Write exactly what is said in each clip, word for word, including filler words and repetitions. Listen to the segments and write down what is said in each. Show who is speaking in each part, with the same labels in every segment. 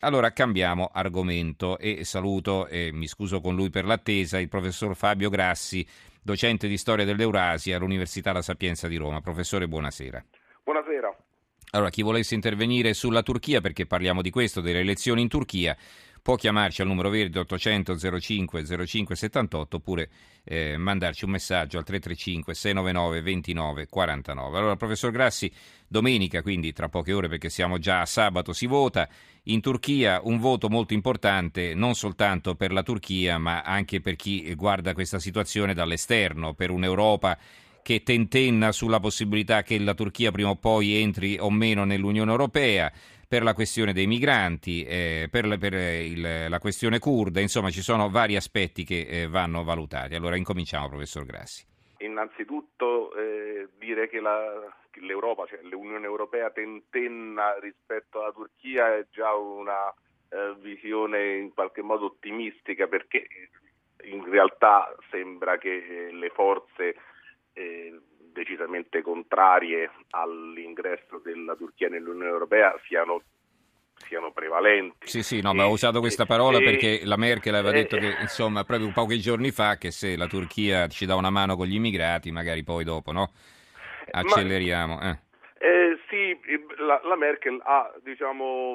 Speaker 1: Allora cambiamo argomento e saluto e mi scuso con lui per l'attesa il professor Fabio Grassi, docente di storia dell'Eurasia all'Università La Sapienza di Roma. Professore, buonasera.
Speaker 2: Buonasera.
Speaker 1: Allora, chi volesse intervenire sulla Turchia, perché parliamo di questo, delle elezioni in Turchia, può chiamarci al numero verde ottocento zero cinque zero cinque settantotto oppure eh, mandarci un messaggio al tre tre cinque sei nove nove due nove quattro nove. Allora, professor Grassi, domenica, quindi tra poche ore perché siamo già a sabato, si vota in Turchia, un voto molto importante non soltanto per la Turchia ma anche per chi guarda questa situazione dall'esterno, per un'Europa che tentenna sulla possibilità che la Turchia prima o poi entri o meno nell'Unione Europea, per la questione dei migranti, eh, per, la, per il, la questione curda, insomma ci sono vari aspetti che eh, vanno valutati. Allora incominciamo, professor Grassi.
Speaker 2: Innanzitutto eh, dire che, la, che l'Europa, cioè l'Unione Europea tentenna rispetto alla Turchia è già una eh, visione in qualche modo ottimistica, perché in realtà sembra che le forze eh, decisamente contrarie all'ingresso della Turchia nell'Unione Europea siano siano prevalenti.
Speaker 1: Sì, sì, no, ma ho usato questa parola
Speaker 2: e,
Speaker 1: perché la Merkel aveva
Speaker 2: e,
Speaker 1: detto che, insomma, proprio pochi giorni fa, che se la Turchia ci dà una mano con gli immigrati, magari poi dopo, no? Acceleriamo.
Speaker 2: Ma,
Speaker 1: eh.
Speaker 2: eh, sì, la, la Merkel ha, diciamo,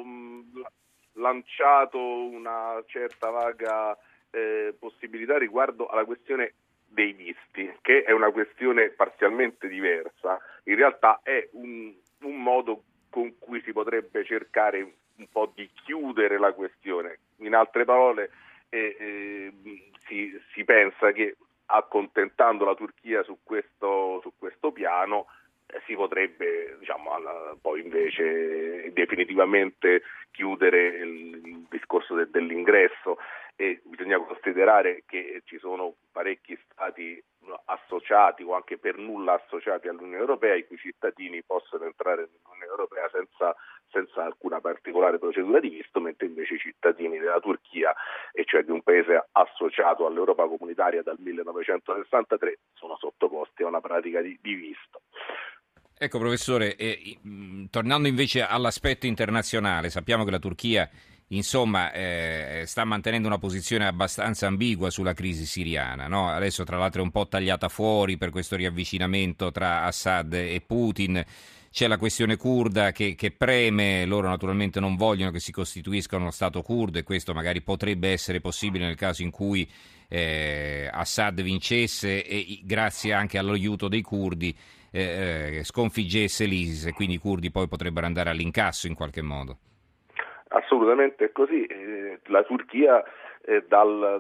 Speaker 2: lanciato una certa vaga eh, possibilità riguardo alla questione dei visti, che è una questione parzialmente diversa. In realtà è un, un modo con cui si potrebbe cercare un po' di chiudere la questione. In altre parole, eh, eh, si, si pensa che accontentando la Turchia su questo, su questo piano eh, si potrebbe, diciamo, alla, poi invece definitivamente chiudere il, il discorso de, dell'ingresso. E bisogna considerare che ci sono parecchi stati associati o anche per nulla associati all'Unione Europea, i cui cittadini possono entrare nell'Unione Europea senza, senza alcuna particolare procedura di visto, mentre invece i cittadini della Turchia, e cioè di un paese associato all'Europa comunitaria dal millenovecentosessantatré, sono sottoposti a una pratica di, di visto.
Speaker 1: Ecco, professore, eh, tornando invece all'aspetto internazionale, sappiamo che la Turchia insomma eh, sta mantenendo una posizione abbastanza ambigua sulla crisi siriana, no? Adesso tra l'altro è un po' tagliata fuori per questo riavvicinamento tra Assad e Putin. C'è la questione curda che, che preme, loro naturalmente non vogliono che si costituisca uno Stato curdo e questo magari potrebbe essere possibile nel caso in cui eh, Assad vincesse e grazie anche all'aiuto dei curdi eh, sconfiggesse l'ISIS e quindi i curdi poi potrebbero andare all'incasso in qualche modo.
Speaker 2: Assolutamente è così. Eh, la Turchia eh, dal,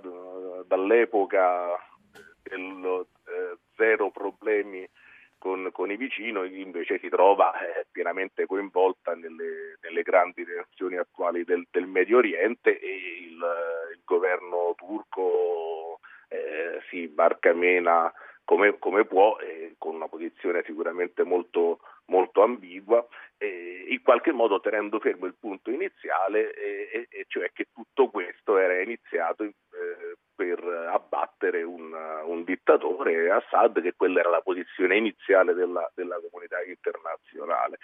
Speaker 2: dall'epoca dello eh, zero problemi con, con i vicini invece si trova eh, pienamente coinvolta nelle, nelle grandi tensioni attuali del, del Medio Oriente e il, il governo turco eh, si barcamena come, come può, eh, con una posizione sicuramente molto, molto ambigua, eh, in qualche modo tenendo fermo il punto iniziale, eh, e cioè che tutto questo era iniziato eh, per abbattere un, un dittatore, Assad, che quella era la posizione iniziale della, della comunità internazionale.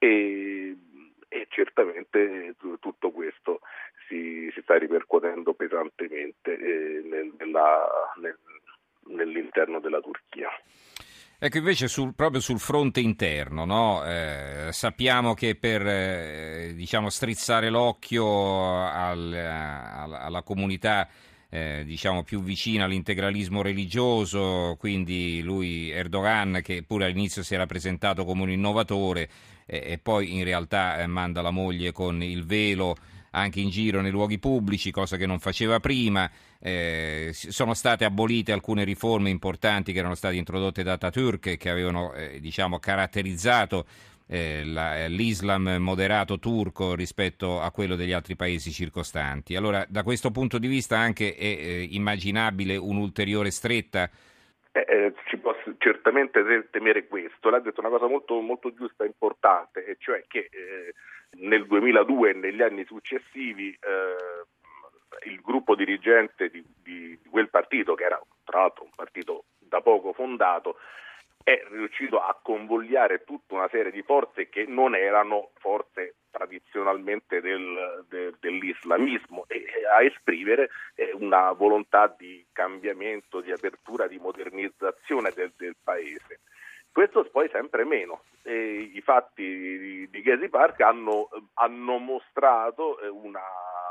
Speaker 2: E, e certamente tutto questo si, si sta ripercuotendo pesantemente eh, nel, nella, nel, nell'interno della Turchia.
Speaker 1: Ecco, invece sul, proprio sul fronte interno, no? eh, sappiamo che per eh, diciamo, strizzare l'occhio al, al, alla comunità eh, diciamo, più vicina all'integralismo religioso, quindi lui, Erdogan, che pure all'inizio si era presentato come un innovatore eh, e poi in realtà eh, manda la moglie con il velo anche in giro nei luoghi pubblici, cosa che non faceva prima. Eh, sono state abolite alcune riforme importanti che erano state introdotte da Atatürk, che avevano eh, diciamo, caratterizzato eh, la, l'Islam moderato turco rispetto a quello degli altri paesi circostanti. Allora, da questo punto di vista anche è eh, immaginabile un'ulteriore stretta?
Speaker 2: Eh, eh, ci può certamente temere questo. L'ha detto una cosa molto, molto giusta e importante, e cioè che eh, nel duemiladue e negli anni successivi eh, il gruppo dirigente di, di, di quel partito, che era tra l'altro un partito da poco fondato, è riuscito a convogliare tutta una serie di forze che non erano forze tradizionalmente del, del, dell'islamismo, e a esprimere eh, una volontà di cambiamento, di apertura, di modernizzazione del, del paese. Questo poi sempre meno. E i fatti di, di Gezi Park hanno, hanno mostrato una,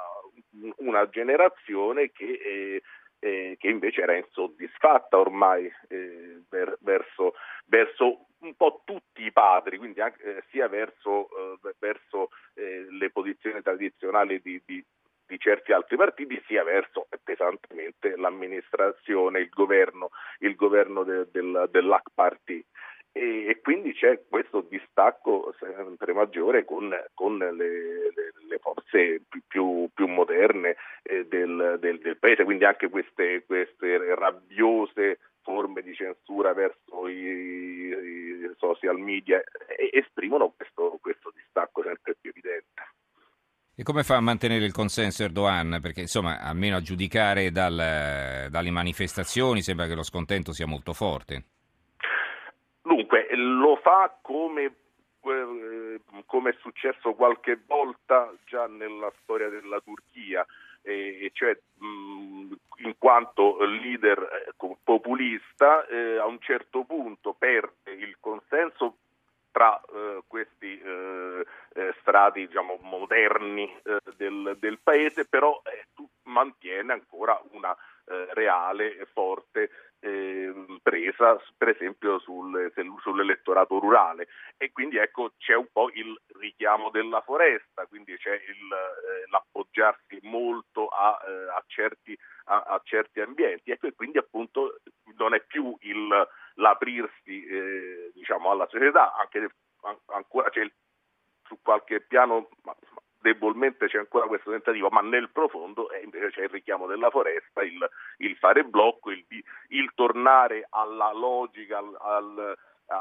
Speaker 2: una generazione che, eh, eh, che invece era insoddisfatta ormai eh, ver, verso, verso un po' tutti i padri, quindi anche, eh, sia verso, eh, verso eh, le posizioni tradizionali di, di, di certi altri partiti, sia verso eh, pesantemente l'amministrazione, il governo, il governo de, del, dell'A C Party. E, e quindi c'è questo distacco sempre maggiore con, con le, le, le forze più, più, più moderne eh, del, del, del paese, quindi anche queste, queste rabbiose forme di censura verso i, i social media eh, esprimono questo, questo distacco sempre più evidente.
Speaker 1: E come fa a mantenere il consenso Erdogan? Perché insomma, almeno a giudicare dal, dalle manifestazioni, sembra che lo scontento sia molto forte.
Speaker 2: Dunque, lo fa come, eh, come è successo qualche volta già nella storia della Turchia, e, e cioè mh, in quanto leader eh, populista eh, a un certo punto perde il consenso tra eh, questi eh, eh, strati, diciamo, moderni eh, del, del paese, però eh, mantiene ancora una eh, reale e forte eh, presa, per esempio sul, sull'elettorato rurale, e quindi ecco c'è un po' il richiamo della foresta, quindi c'è il, eh, l'appoggiarsi molto a, eh, a, certi, a, a certi ambienti, ecco, e quindi appunto non è più il l'aprirsi eh, diciamo alla società, anche ancora c'è il, su qualche piano ma, debolmente c'è ancora questo tentativo, ma nel profondo eh, invece c'è il richiamo della foresta, il, il fare blocco, il, il tornare alla logica, al, al,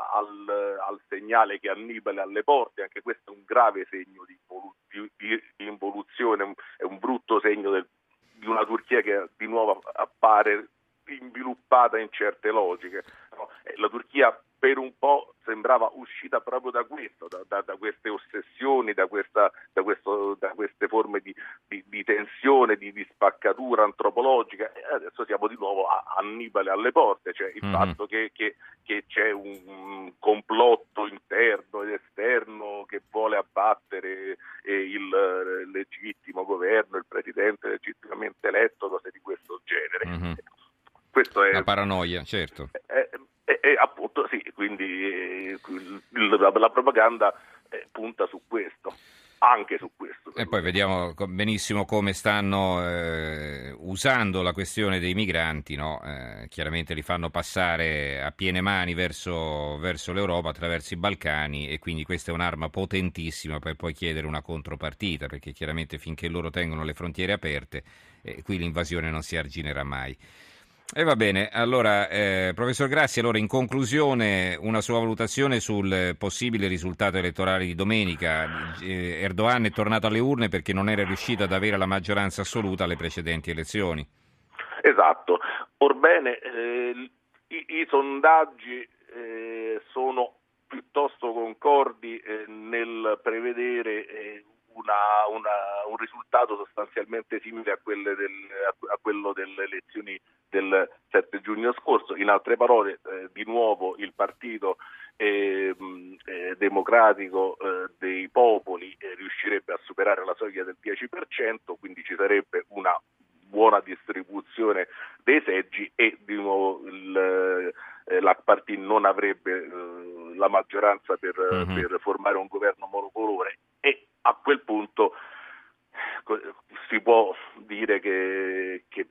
Speaker 2: al, al segnale che Annibale alle porte. Anche questo è un grave segno di, di, di involuzione, è un brutto segno del, di una Turchia che di nuovo appare inviluppata in certe logiche. No? La Turchia per un po' sembrava uscita proprio da questo, da, da, da queste ossessioni, da, questa, da, questo, da queste forme di, di, di tensione, di, di spaccatura antropologica, e adesso siamo di nuovo a Annibale alle porte, cioè il mm-hmm. fatto che, che, che c'è un complotto interno ed esterno che vuole abbattere eh, il legittimo governo, il presidente legittimamente eletto, cose di questo genere.
Speaker 1: Mm-hmm.
Speaker 2: Questo è
Speaker 1: la paranoia, certo.
Speaker 2: È, è, è, appunto sì, quindi eh, la, la propaganda eh, punta su questo, anche su questo.
Speaker 1: E poi vediamo benissimo come stanno eh, usando la questione dei migranti, no? Eh, chiaramente li fanno passare a piene mani verso, verso l'Europa attraverso i Balcani, e quindi questa è un'arma potentissima per poi chiedere una contropartita, perché chiaramente finché loro tengono le frontiere aperte eh, qui l'invasione non si arginerà mai. E va bene, allora eh, professor Grassi, allora in conclusione una sua valutazione sul possibile risultato elettorale di domenica. eh, Erdogan è tornato alle urne perché non era riuscito ad avere la maggioranza assoluta alle precedenti elezioni.
Speaker 2: Esatto, orbene eh, i, i sondaggi eh, sono piuttosto concordi eh, nel prevedere eh, Una, una, un risultato sostanzialmente simile a, quelle del, a, a quello delle elezioni del sette giugno scorso. In altre parole, eh, di nuovo il partito eh, eh, democratico eh, dei popoli eh, riuscirebbe a superare la soglia del dieci per cento, quindi ci sarebbe una buona distribuzione dei seggi e di nuovo il, eh, l'A K Party non avrebbe eh, la maggioranza per, mm-hmm. per formare un governo monocolore, e a quel punto si può dire che, che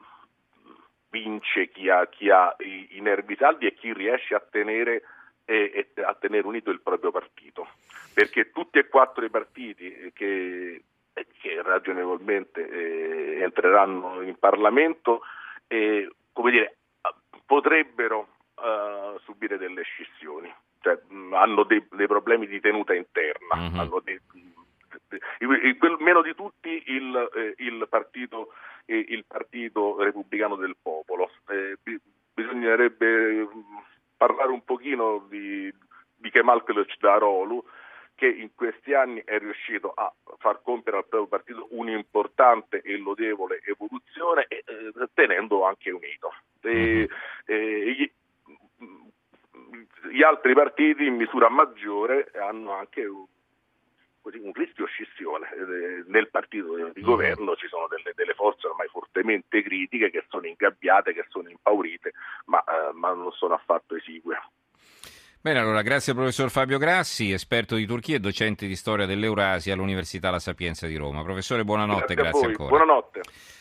Speaker 2: vince chi ha, chi ha i, i nervi saldi e chi riesce a tenere, e, e a tenere unito il proprio partito, perché tutti e quattro i partiti che, che ragionevolmente eh, entreranno in Parlamento eh, come dire, potrebbero uh, subire delle scissioni, cioè mh, hanno dei, dei problemi di tenuta interna, mm-hmm. hanno dei, dei, quel, meno di tutti il, eh, il partito eh, il partito repubblicano del popolo. Eh, bi- bisognerebbe parlare un pochino di, di Kemal Kılıçdaroğlu, che in questi anni è riuscito a far compiere al proprio partito un'importante e lodevole evoluzione, eh, tenendo anche unito. E, e, gli, gli altri partiti in misura maggiore hanno anche un, così, un rischio scissione. Nel partito di governo ci sono delle, delle forze ormai fortemente critiche, che sono ingabbiate, che sono impaurite, ma, eh, ma non sono affatto esigue.
Speaker 1: Bene, allora grazie al professor Fabio Grassi, esperto di Turchia e docente di storia dell'Eurasia all'Università La Sapienza di Roma. Professore, buonanotte,
Speaker 2: Grazie,
Speaker 1: grazie
Speaker 2: a voi.
Speaker 1: ancora.
Speaker 2: Buonanotte.